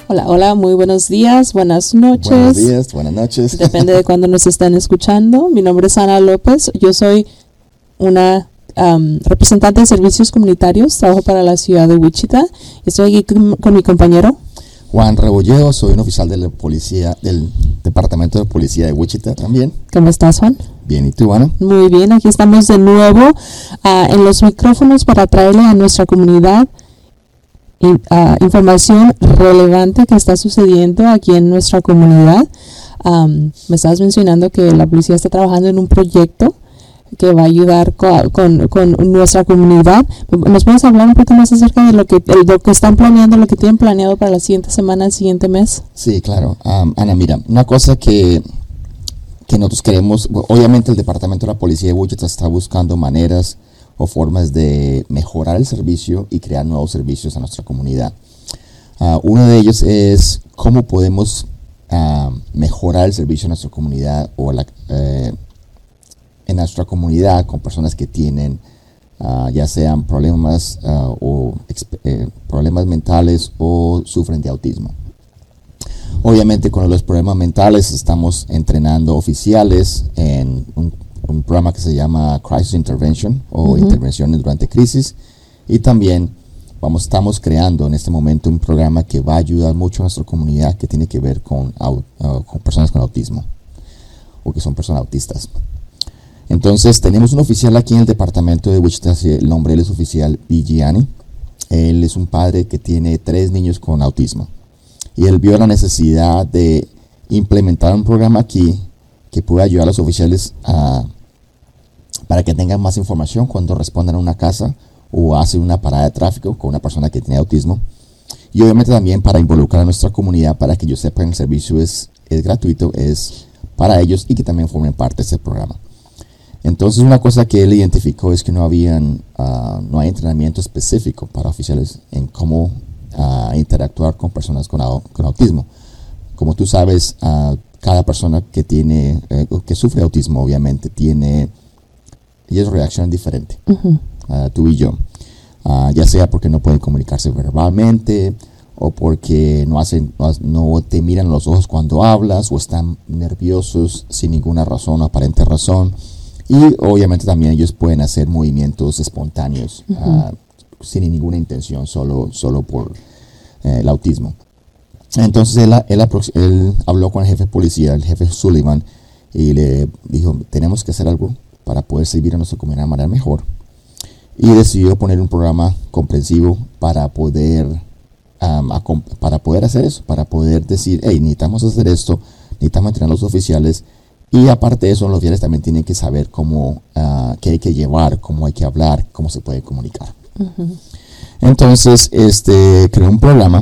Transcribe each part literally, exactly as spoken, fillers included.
Hola, hola, muy buenos días, buenas noches. Buenos días, buenas noches. Depende de cuándo nos están escuchando. Mi nombre es Ana López, yo soy una um, representante de servicios comunitarios, trabajo para la ciudad de Wichita. Estoy aquí con, con mi compañero Juan Rebolledo, soy un oficial de la policía, del Departamento de Policía de Wichita también. ¿Cómo estás, Juan? Bien, ¿y tú, Ana? Muy bien, aquí estamos de nuevo uh, en los micrófonos para traerle a nuestra comunidad in, uh, información relevante que está sucediendo aquí en nuestra comunidad. Um, me estabas mencionando que la policía está trabajando en un proyecto que va a ayudar con, con, con nuestra comunidad. ¿Nos puedes hablar un poco más acerca de lo que, de lo que están planeando, lo que tienen planeado para la siguiente semana, el siguiente mes? Sí, claro. Um, Ana, mira, una cosa que, que nosotros queremos, obviamente el Departamento de la Policía de Wichita está buscando maneras o formas de mejorar el servicio y crear nuevos servicios a nuestra comunidad. Uh, uno de ellos es cómo podemos uh, mejorar el servicio a nuestra comunidad o la eh, en nuestra comunidad con personas que tienen uh, ya sean problemas uh, o eh, problemas mentales o sufren de autismo. Obviamente con los problemas mentales estamos entrenando oficiales en un, un programa que se llama Crisis Intervention o uh-huh. intervenciones durante crisis, y también vamos estamos creando en este momento un programa que va a ayudar mucho a nuestra comunidad que tiene que ver con, uh, con personas con autismo o que son personas autistas. Entonces tenemos un oficial aquí en el departamento de Wichita, el nombre él es oficial Vigiani. Él es un padre que tiene tres niños con autismo y él vio la necesidad de implementar un programa aquí que pueda ayudar a los oficiales a, para que tengan más información cuando respondan a una casa o hacen una parada de tráfico con una persona que tiene autismo, y obviamente también para involucrar a nuestra comunidad para que ellos sepan que el servicio es, es gratuito, es para ellos y que también formen parte de este programa. Entonces una cosa que él identificó es que no habían, uh, no hay entrenamiento específico para oficiales en cómo uh, interactuar con personas con, au con autismo. Como tú sabes, uh, cada persona que tiene, eh, que sufre autismo obviamente tiene, ellos reaccionan diferente, uh-huh. uh, tú y yo, uh, ya sea porque no pueden comunicarse verbalmente o porque no hacen, no, no te miran los ojos cuando hablas o están nerviosos sin ninguna razón o aparente razón. Y obviamente también ellos pueden hacer movimientos espontáneos, uh-huh. uh, sin ninguna intención, solo, solo por eh, el autismo. Entonces él, él, él habló con el jefe de policía, el jefe Sullivan, y le dijo, tenemos que hacer algo para poder servir a nuestra comunidad de manera mejor. Y decidió poner un programa comprensivo para poder, um, a, para poder hacer eso, para poder decir, hey, necesitamos hacer esto, necesitamos entrenar a los oficiales. Y aparte de eso, los oficiales también tienen que saber cómo, uh, qué hay que llevar, cómo hay que hablar, cómo se puede comunicar. Uh-huh. Entonces, este, creó un programa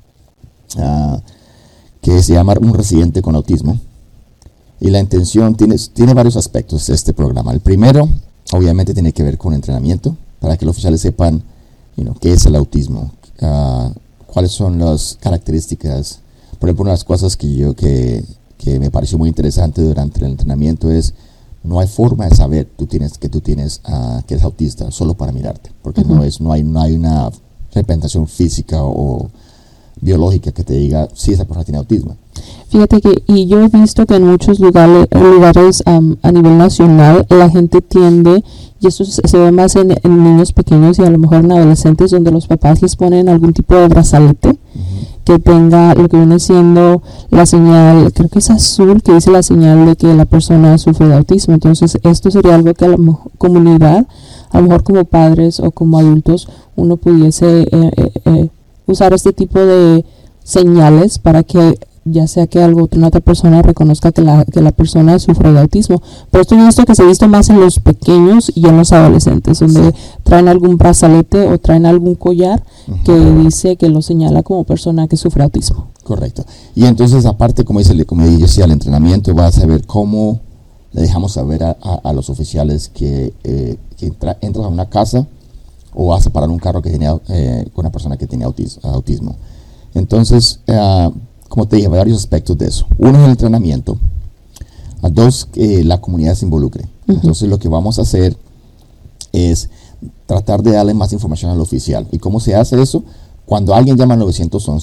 uh, que se llama Un Residente con Autismo. Y la intención, tiene, tiene varios aspectos de este programa. El primero, obviamente, tiene que ver con entrenamiento, para que los oficiales sepan you know, qué es el autismo, uh, cuáles son las características. Por ejemplo, una de las cosas que yo... que que me pareció muy interesante durante el entrenamiento es, no hay forma de saber tú tienes, que tú tienes uh, que eres autista solo para mirarte, porque uh-huh. no es no hay no hay una representación física o biológica que te diga si esa persona tiene autismo. Fíjate que, y yo he visto que en muchos lugares, lugares um, a nivel nacional, la gente tiende, y esto se, se ve más en, en niños pequeños y a lo mejor en adolescentes, donde los papás les ponen algún tipo de brazalete uh-huh. que tenga lo que viene siendo la señal, creo que es azul, que dice la señal de que la persona sufre de autismo. Entonces esto sería algo que a la mo- comunidad, a lo mejor como padres o como adultos, uno pudiese eh, eh, eh, usar este tipo de señales para que ya sea que algo, una otra persona reconozca que la, que la persona sufre de autismo. Pero esto he visto que se ha visto más en los pequeños y en los adolescentes, donde sí. traen algún brazalete o traen algún collar uh-huh. que dice que lo señala como persona que sufre autismo. Correcto. Y entonces, aparte, como dice, como dije, sí, al entrenamiento va a saber cómo le dejamos saber a, a, a los oficiales que, eh, que entra, entras a una casa o vas a parar un carro que tiene eh, con una persona que tiene autis, autismo. Entonces, uh, como te dije, varios aspectos de eso. Uno es el entrenamiento. A dos, que la comunidad se involucre. Uh-huh. Entonces, lo que vamos a hacer es tratar de darle más información al oficial. ¿Y cómo se hace eso? Cuando alguien llama al nueve once,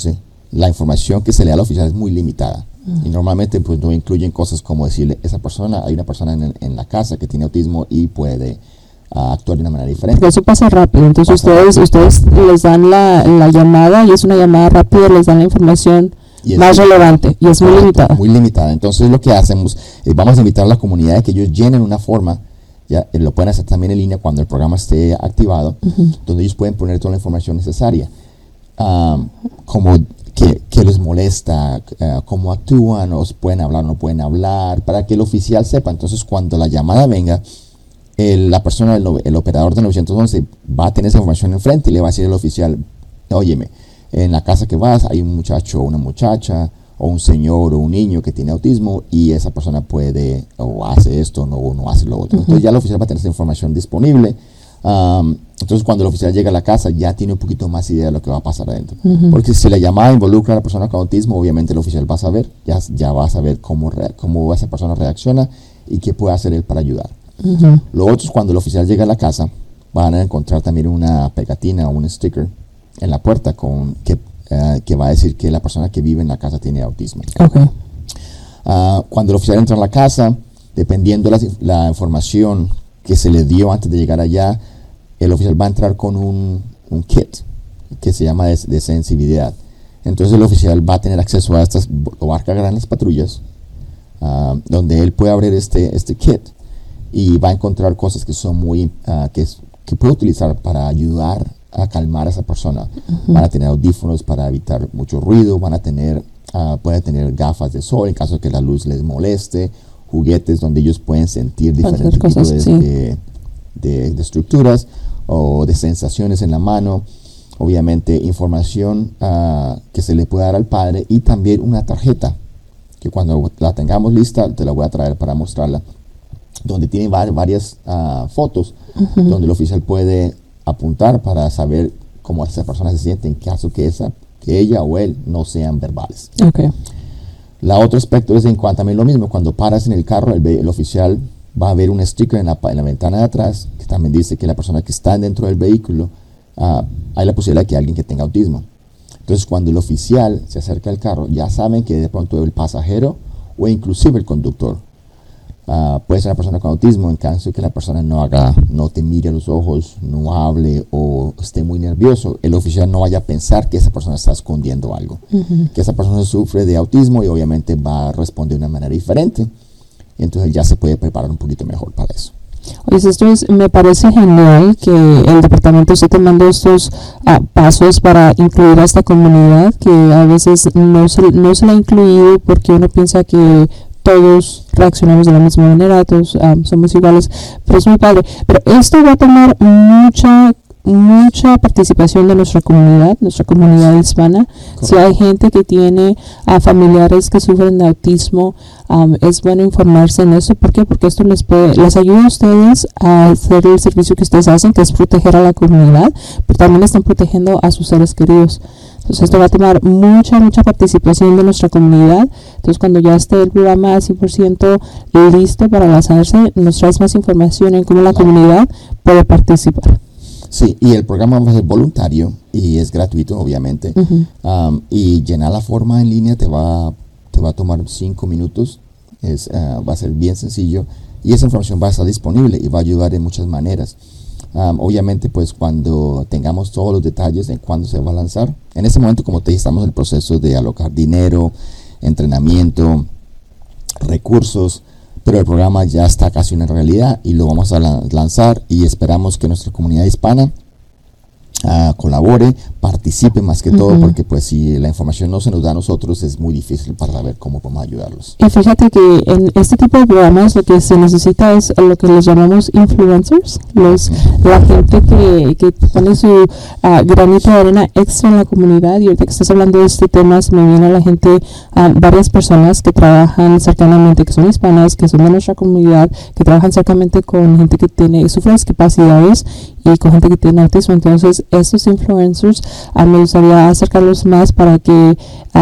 la información que se le da al oficial es muy limitada. Uh-huh. Y normalmente pues no incluyen cosas como decirle, esa persona, hay una persona en, en la casa que tiene autismo y puede uh, actuar de una manera diferente. Porque eso pasa rápido, entonces pasa ustedes rápido. ustedes les dan la, la llamada y es una llamada rápida, les dan la información más muy, relevante y es muy limitada. Muy limitada. Entonces lo que hacemos, eh, vamos a invitar a la comunidad a que ellos llenen una forma, ya eh, lo pueden hacer también en línea cuando el programa esté activado, uh-huh. donde ellos pueden poner toda la información necesaria, um, como que, que les molesta, uh, cómo actúan, o pueden hablar o no pueden hablar, para que el oficial sepa. Entonces cuando la llamada venga, el, la persona, el, el operador del nueve once va a tener esa información enfrente y le va a decir al oficial, óyeme, en la casa que vas hay un muchacho o una muchacha o un señor o un niño que tiene autismo y esa persona puede o hace esto no, o no hace lo otro. Uh-huh. Entonces ya el oficial va a tener esa información disponible. Um, entonces cuando el oficial llega a la casa ya tiene un poquito más idea de lo que va a pasar adentro. Uh-huh. Porque si la llamada involucra a la persona con autismo, obviamente el oficial va a saber, ya, ya va a saber cómo, rea- cómo esa persona reacciona y qué puede hacer él para ayudar. Uh-huh. Lo otro es cuando el oficial llega a la casa, van a encontrar también una pegatina o un sticker en la puerta con que, uh, que va a decir que la persona que vive en la casa tiene autismo. Okay. Uh, cuando el oficial entra a la casa, dependiendo de la, la información que se le dio antes de llegar allá, el oficial va a entrar con un, un kit que se llama de, de sensibilidad. Entonces el oficial va a tener acceso a estas, lo va a cargar en las patrullas, uh, donde él puede abrir este, este kit y va a encontrar cosas que son muy, uh, que, es, que puede utilizar para ayudar a calmar a esa persona. Uh-huh. Van a tener audífonos para evitar mucho ruido, van a tener, uh, pueden tener gafas de sol en caso de que la luz les moleste, juguetes donde ellos pueden sentir diferentes tipos de, sí. de, de, de estructuras o de sensaciones en la mano, obviamente información uh, que se le puede dar al padre y también una tarjeta que cuando la tengamos lista te la voy a traer para mostrarla, donde tiene var- varias uh, fotos, uh-huh. donde el oficial puede apuntar para saber cómo esa persona se siente en caso que esa que ella o él no sean verbales. Okay. La otro aspecto es en cuanto también lo mismo, cuando paras en el carro, el, el oficial va a ver un sticker en la, en la ventana de atrás que también dice que la persona que está dentro del vehículo, uh, hay la posibilidad de que alguien que tenga autismo. Entonces cuando el oficial se acerca al carro, ya saben que de pronto el pasajero o inclusive el conductor Uh, puede ser una persona con autismo en caso de que la persona no haga, no te mire a los ojos, no hable o esté muy nervioso, el oficial no vaya a pensar que esa persona está escondiendo algo, uh-huh. que esa persona sufre de autismo y obviamente va a responder de una manera diferente, y entonces ya se puede preparar un poquito mejor para eso. Oye, esto es, me parece genial que el departamento esté tomando estos uh, pasos para incluir a esta comunidad que a veces no se, no se la ha incluido porque uno piensa que todos reaccionamos de la misma manera, todos um, somos iguales, pero es muy padre. Pero esto va a tomar mucha mucha participación de nuestra comunidad, nuestra comunidad hispana. Correcto. Si hay gente que tiene uh, familiares que sufren de autismo, um, es bueno informarse en eso. ¿Por qué? Porque esto les puede, les ayuda a ustedes a hacer el servicio que ustedes hacen, que es proteger a la comunidad, pero también están protegiendo a sus seres queridos. Entonces esto va a tomar mucha, mucha participación de nuestra comunidad. Entonces cuando ya esté el programa cien por ciento listo para lanzarse, nos traes más información en cómo la comunidad puede participar. Sí, y el programa va a ser voluntario y es gratuito, obviamente. Uh-huh. Um, y llenar la forma en línea te va, te va a tomar cinco minutos. Es, uh, va a ser bien sencillo y esa información va a estar disponible y va a ayudar de muchas maneras. Um, obviamente, pues cuando tengamos todos los detalles de cuándo se va a lanzar, en este momento, como te dije, estamos en el proceso de alocar dinero, entrenamiento, recursos, pero el programa ya está casi una realidad y lo vamos a la- lanzar y esperamos que nuestra comunidad hispana uh, colabore, participe más que uh-huh. todo, porque pues si la información no se nos da a nosotros es muy difícil para saber cómo podemos ayudarlos. Y fíjate que en este tipo de programas lo que se necesita es lo que les llamamos influencers, los, uh-huh. la gente que, que pone su uh, granito de arena extra en la comunidad. Y ahorita que estás hablando de este tema se me viene a la gente uh, varias personas que trabajan cercanamente, que son hispanas, que son de nuestra comunidad, que trabajan cercanamente con gente que tiene, sufre discapacidades y con gente que tiene autismo. Entonces estos influencers uh, me gustaría acercarlos más para que um,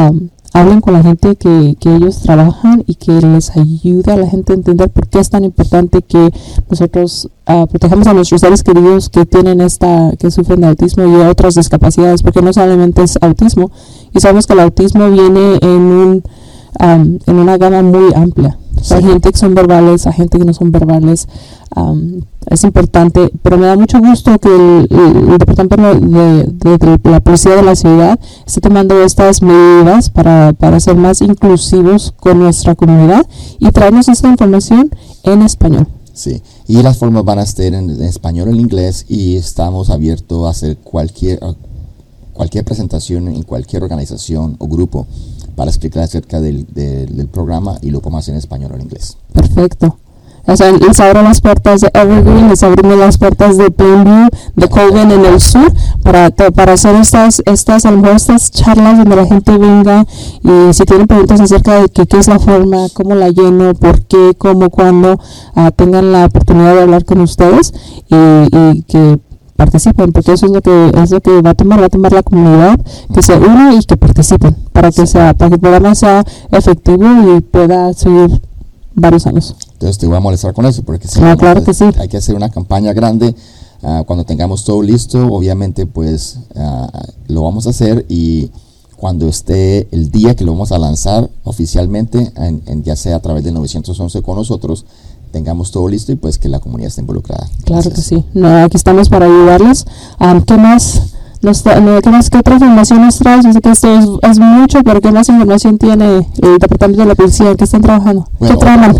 hablen con la gente que, que ellos trabajan y que les ayude a la gente a entender por qué es tan importante que nosotros uh, protejamos a nuestros seres queridos que tienen esta, que sufren de autismo y otras discapacidades, porque no solamente es autismo, y sabemos que el autismo viene en un um, en una gama muy amplia. Sí. Hay gente que son verbales, hay gente que no son verbales. Um, es importante, pero me da mucho gusto que el, el, el departamento de, de, de la policía de la ciudad esté tomando estas medidas para, para ser más inclusivos con nuestra comunidad y traernos esta información en español. Sí, y las formas van a estar en, en español o en inglés, y estamos abiertos a hacer cualquier, cualquier presentación en cualquier organización o grupo para explicar acerca del, del, del programa, y lo podemos hacer en español o en inglés. Perfecto. O sea, les abro las puertas de Evergreen, les abrimos las puertas de Plainview, de Colvin en el sur, para, para hacer estas, estas, a lo mejor estas charlas donde la gente venga, y si tienen preguntas acerca de que, qué es la forma, cómo la lleno, por qué, cómo, cuándo, uh, tengan la oportunidad de hablar con ustedes y, y que participen, porque eso es lo que es lo que va a tomar, va a tomar la comunidad, que se una y que participen, para que sea, para que el programa sea efectivo y pueda seguir varios años. Entonces te voy a molestar con eso, porque si ah, no, claro pues, que sí. hay que hacer una campaña grande. Uh, cuando tengamos todo listo, obviamente pues uh, lo vamos a hacer, y cuando esté el día que lo vamos a lanzar oficialmente, en, en, ya sea a través de novecientos once con nosotros, tengamos todo listo y pues que la comunidad esté involucrada. Claro Gracias. que sí. No, aquí estamos para ayudarles. Um, ¿Qué más? Nos tra- no, ¿Qué más? ¿Qué otra información nos traes? Yo sé que esto es, es mucho, pero ¿qué más información tiene el departamento de la policía? ¿En qué están trabajando? Bueno, ¿Qué traman?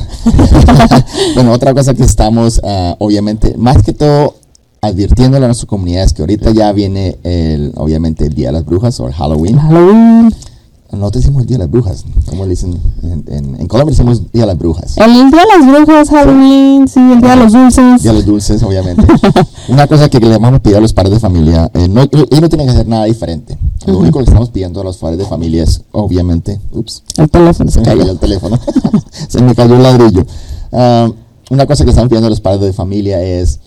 Bueno, otra cosa que estamos, uh, obviamente, más que todo advirtiéndole a nuestra comunidad es que ahorita ya viene, el, obviamente, el Día de las Brujas, o el Halloween. Halloween. Nosotros decimos el Día de las Brujas, como le dicen en, en, en Colombia decimos Día de las Brujas. El Día de las Brujas, Halloween, sí, el Día de los Dulces. Día de los Dulces, obviamente. Una cosa que le vamos a pedir a los padres de familia, eh, no, ellos no tienen que hacer nada diferente. Lo uh-huh. único que estamos pidiendo a los padres de familia es, obviamente, ups, el teléfono se, se me cayó el teléfono, se me cayó el ladrillo. Uh, una cosa que estamos pidiendo a los padres de familia es,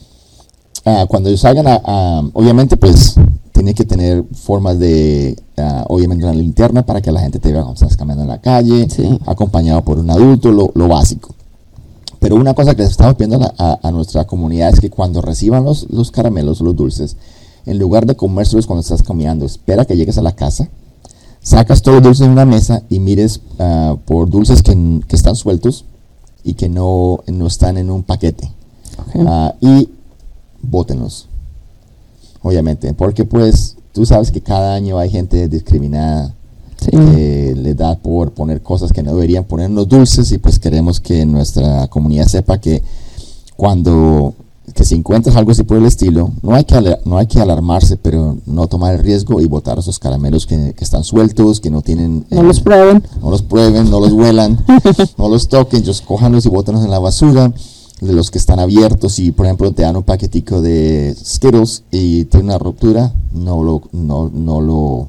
uh, cuando ellos salgan a, a, obviamente, pues, tiene que tener formas de, uh, obviamente, una linterna para que la gente te vea cuando estás caminando en la calle, sí. acompañado por un adulto, lo, lo básico. Pero una cosa que les estamos pidiendo a, la, a, a nuestra comunidad es que cuando reciban los, los caramelos o los dulces, en lugar de comérselos cuando estás caminando, espera que llegues a la casa, sacas todos los dulces en una mesa y mires uh, por dulces que, que están sueltos y que no, no están en un paquete. Okay. Uh, y bótenlos. Obviamente, porque pues tú sabes que cada año hay gente discriminada, sí. que le da por poner cosas que no deberían poner en los dulces, y pues queremos que nuestra comunidad sepa que cuando, que si encuentras algo así por el estilo, no hay que, alar- no hay que alarmarse, pero no tomar el riesgo y botar esos caramelos que, que están sueltos, que no tienen... No eh, los prueben. No los prueben, no los huelan, no los toquen, ellos cójanlos y bótenlos en la basura. De los que están abiertos, y por ejemplo te dan un paquetico de Skittles y tiene una ruptura, no lo no no lo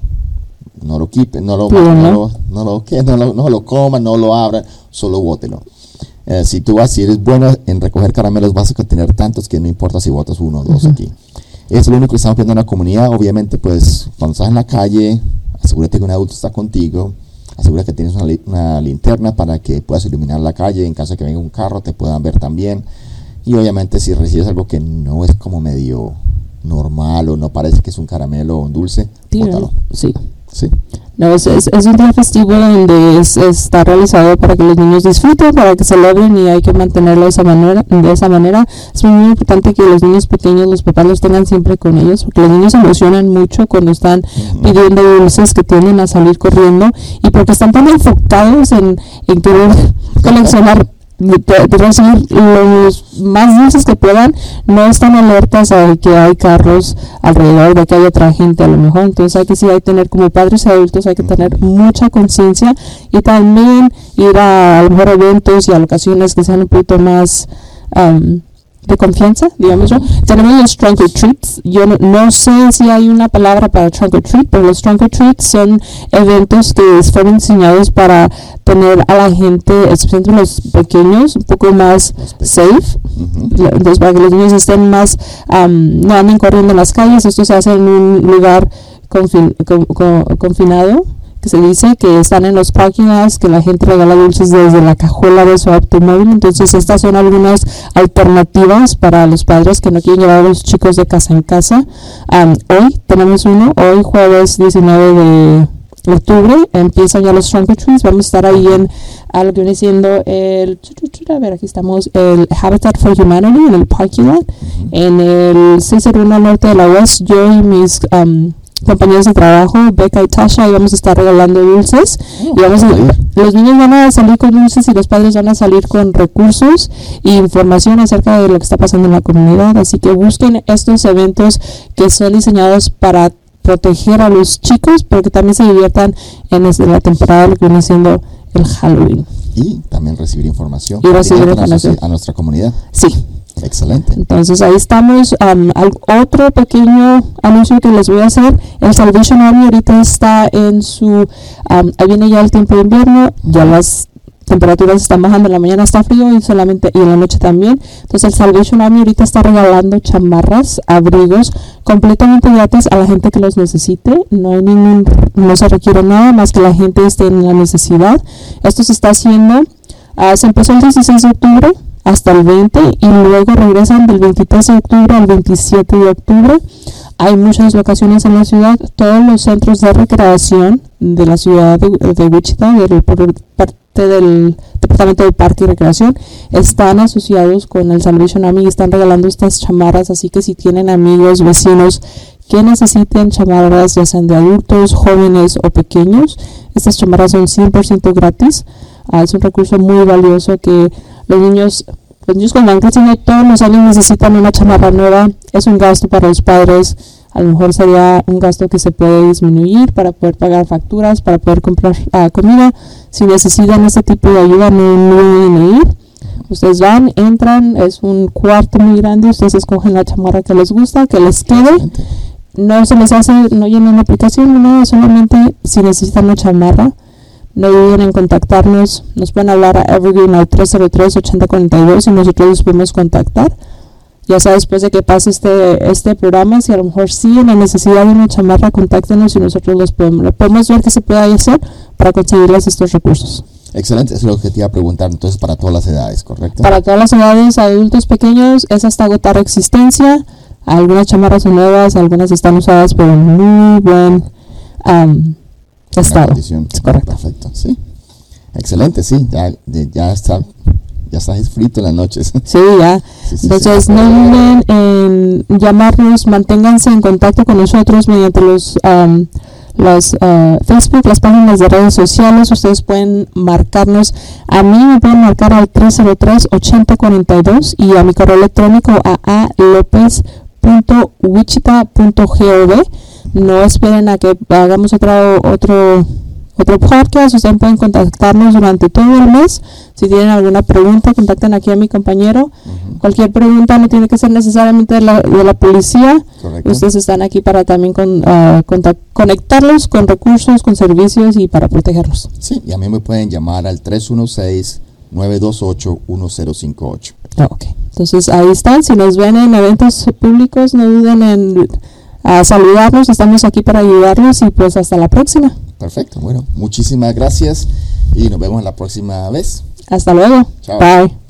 no lo quipen, no lo no, no lo no lo, ¿qué? no lo no lo coman, no lo abran, solo bótelo. Eh, si tú vas, si eres bueno en recoger caramelos, vas a tener tantos que no importa si botas uno o dos uh-huh. aquí. Eso es lo único que estamos pidiendo en la comunidad. Obviamente, pues cuando estás en la calle, asegúrate que un adulto está contigo. Asegura que tienes una, li- una linterna para que puedas iluminar la calle. En caso de que venga un carro, te puedan ver también. Y obviamente, si recibes algo que no es como medio normal o no parece que es un caramelo o un dulce, bótalo. Sí. Sí. No, es, es, es un día festivo donde es, está realizado para que los niños disfruten, para que celebren, y hay que mantenerlo de esa manera. De esa manera es muy importante que los niños pequeños, los papás los tengan siempre con ellos, porque los niños se emocionan mucho cuando están uh-huh. pidiendo dulces, que tienden a salir corriendo, y porque están tan enfocados en, en querer coleccionar, de, de recibir los más dulces que puedan, no están alertas a que hay carros alrededor, de que hay otra gente a lo mejor. Entonces hay que sí hay que tener, como padres y adultos, hay que tener mucha conciencia, y también ir a, a lo mejor eventos y a locaciones que sean un poquito más um, de confianza, digamos yo. Tenemos los trunk or treats. Yo no, no sé si hay una palabra para trunk or treat, pero los trunk or treats son eventos que fueron diseñados para tener a la gente, especialmente los pequeños, un poco más safe. Uh-huh. Entonces, para que los niños estén más, um, no anden corriendo en las calles. Esto se hace en un lugar confin, con, con, confinado, que se dice que están en los parking lots, que la gente regala dulces desde la cajuela de su automóvil. Entonces estas son algunas alternativas para los padres que no quieren llevar a los chicos de casa en casa. Um, hoy tenemos uno, hoy jueves diecinueve de octubre, empiezan ya los trunk or treats. Vamos a estar ahí en a lo que viene siendo el, a ver, aquí estamos, el Habitat for Humanity en el parking lot, uh-huh. en el seiscientos uno norte de la West. Yo y mis um, compañeros de trabajo, Becca y Tasha, y vamos a estar regalando dulces. Oh, y vamos a, los niños van a salir con dulces y los padres van a salir con recursos e información acerca de lo que está pasando en la comunidad. Así que busquen estos eventos que son diseñados para proteger a los chicos, pero que también se diviertan en la temporada, lo que viene siendo el Halloween. Y también recibir información. Y recibir información. A nuestra comunidad. Sí. Excelente. Entonces ahí estamos. Um, otro pequeño anuncio que les voy a hacer. El Salvation Army ahorita está en su... Um, ahí viene ya el tiempo de invierno. Ya las temperaturas están bajando. En la mañana está frío y solamente y en la noche también. Entonces el Salvation Army ahorita está regalando chamarras, abrigos completamente gratis a la gente que los necesite. No hay ningún, no se requiere nada más que la gente esté en la necesidad. Esto se está haciendo, uh, se empezó el dieciséis de octubre hasta el veinte y luego regresan del veintitrés de octubre al veintisiete de octubre. Hay muchas locaciones en la ciudad. Todos los centros de recreación de la ciudad de, de Wichita, del, por parte del Departamento de Parque y Recreación, están asociados con el Salvation Army y están regalando estas chamarras. Así que si tienen amigos, vecinos que necesiten chamarras, ya sean de adultos, jóvenes o pequeños, estas chamarras son cien por ciento gratis. Uh, es un recurso muy valioso que los niños, los niños cuando van creciendo todos los años necesitan una chamarra nueva. Es un gasto para los padres. A lo mejor sería un gasto que se puede disminuir para poder pagar facturas, para poder comprar uh, comida. Si necesitan este tipo de ayuda, no, no deben ir. Ustedes van, entran, es un cuarto muy grande, ustedes escogen la chamarra que les gusta, que les quede. No se les hace, no llenan la aplicación, no, solamente si necesitan una chamarra. No duden en contactarnos, nos pueden hablar a Evergreen al tres cero tres, ocho cero cuatro dos y nosotros los podemos contactar. Ya sea después de que pase este este programa, si a lo mejor siguen la necesidad de una chamarra, contáctenos y nosotros los podemos, podemos ver qué se puede hacer para conseguirles estos recursos. Excelente, eso es lo que te iba a preguntar, entonces para todas las edades, ¿correcto? Para todas las edades, adultos pequeños, es hasta agotar existencia. Algunas chamarras son nuevas, algunas están usadas por un muy buen... Um, estado. Es correcto. Perfecto, sí. Excelente, sí, ya, ya está, ya está frito en las noches. Sí, ya. Sí, sí, Entonces, sí. No duden en llamarnos, manténganse en contacto con nosotros mediante los, um, los uh, Facebook, las páginas de redes sociales. Ustedes pueden marcarnos, a mí me pueden marcar al tres cero tres, ocho cero cuatro dos y a mi correo electrónico a a lopez punto wichita punto gov. No esperen a que hagamos otro otro otro podcast. Ustedes pueden contactarnos durante todo el mes. Si tienen alguna pregunta, contacten aquí a mi compañero. Uh-huh. Cualquier pregunta no tiene que ser necesariamente de la, de la policía. Correcto. Ustedes están aquí para también con, uh, contact, conectarlos con recursos, con servicios y para protegerlos. Sí, y a mí me pueden llamar al tres uno seis, nueve dos ocho, uno cero cinco ocho. Oh, ok. Entonces ahí están. Si nos ven en eventos públicos, no duden en... a saludarnos, estamos aquí para ayudarlos y pues hasta la próxima. Perfecto, bueno, muchísimas gracias y nos vemos la próxima vez. Hasta luego. Chao. Bye.